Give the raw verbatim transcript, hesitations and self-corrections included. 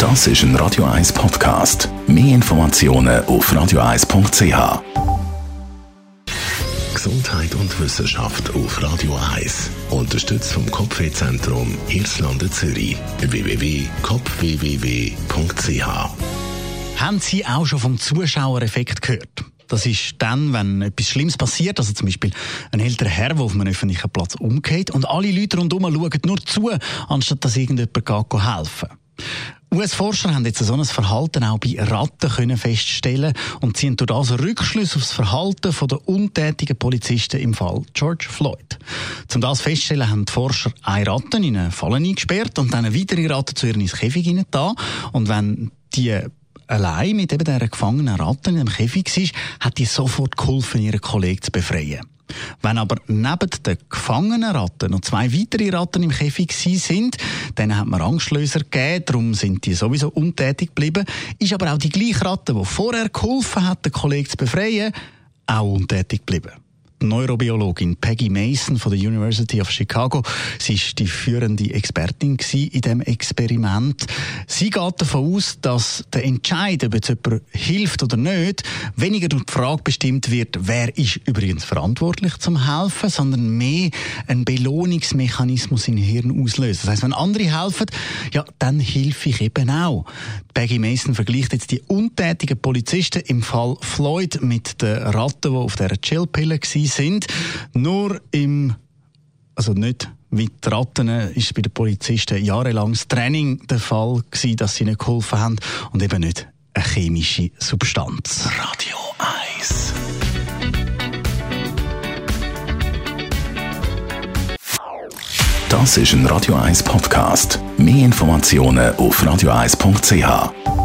Das ist ein Radio eins Podcast. Mehr Informationen auf radio eins punkt c h. Gesundheit und Wissenschaft auf Radio eins. Unterstützt vom Kopfwehzentrum Irlande Zürich. w w w punkt kopf w w w punkt c h. Haben Sie auch schon vom Zuschauereffekt gehört? Das ist dann, wenn etwas Schlimmes passiert, also zum Beispiel ein älterer Herr, der auf einem öffentlichen Platz umgeht und alle Leute rundherum schauen nur zu, anstatt dass irgendjemand geht helfen. U S-Forscher haben jetzt so ein Verhalten auch bei Ratten können feststellen und ziehen durch das Rückschlüsse auf das Verhalten der untätigen Polizisten im Fall George Floyd. Um das festzustellen, haben die Forscher eine Ratte in eine Falle eingesperrt und dann eine weitere Ratte zu ihr ins Käfig hineingetan. Und wenn die allein mit eben dieser gefangenen Ratte in dem Käfig war, hat die sofort geholfen, ihren Kollegen zu befreien. Wenn aber neben den gefangenen Ratten noch zwei weitere Ratten im Käfig sind, dann hat man Angstlöser gegeben, darum sind die sowieso untätig geblieben, ist aber auch die gleiche Ratte, die vorher geholfen hat, den Kollegen zu befreien, auch untätig geblieben. Die Neurobiologin Peggy Mason von der University of Chicago, sie ist die führende Expertin in diesem Experiment. Sie geht davon aus, dass der Entscheid, ob jetzt jemand hilft oder nicht, weniger durch die Frage bestimmt wird, wer ist übrigens verantwortlich zum Helfen, sondern mehr ein Belohnungsmechanismus im Hirn auslöst. Das heisst, wenn andere helfen, ja, dann helfe ich eben auch. Peggy Mason vergleicht jetzt die untätigen Polizisten im Fall Floyd mit den Ratten, die auf dieser Chillpille waren. Sind. Nur im, also nicht wie die Ratten, ist bei den Polizisten jahrelang das Training der Fall gewesen, dass sie nicht geholfen haben und eben nicht eine chemische Substanz. Radio eins. Das ist ein Radio eins Podcast. Mehr Informationen auf radio eins punkt c h.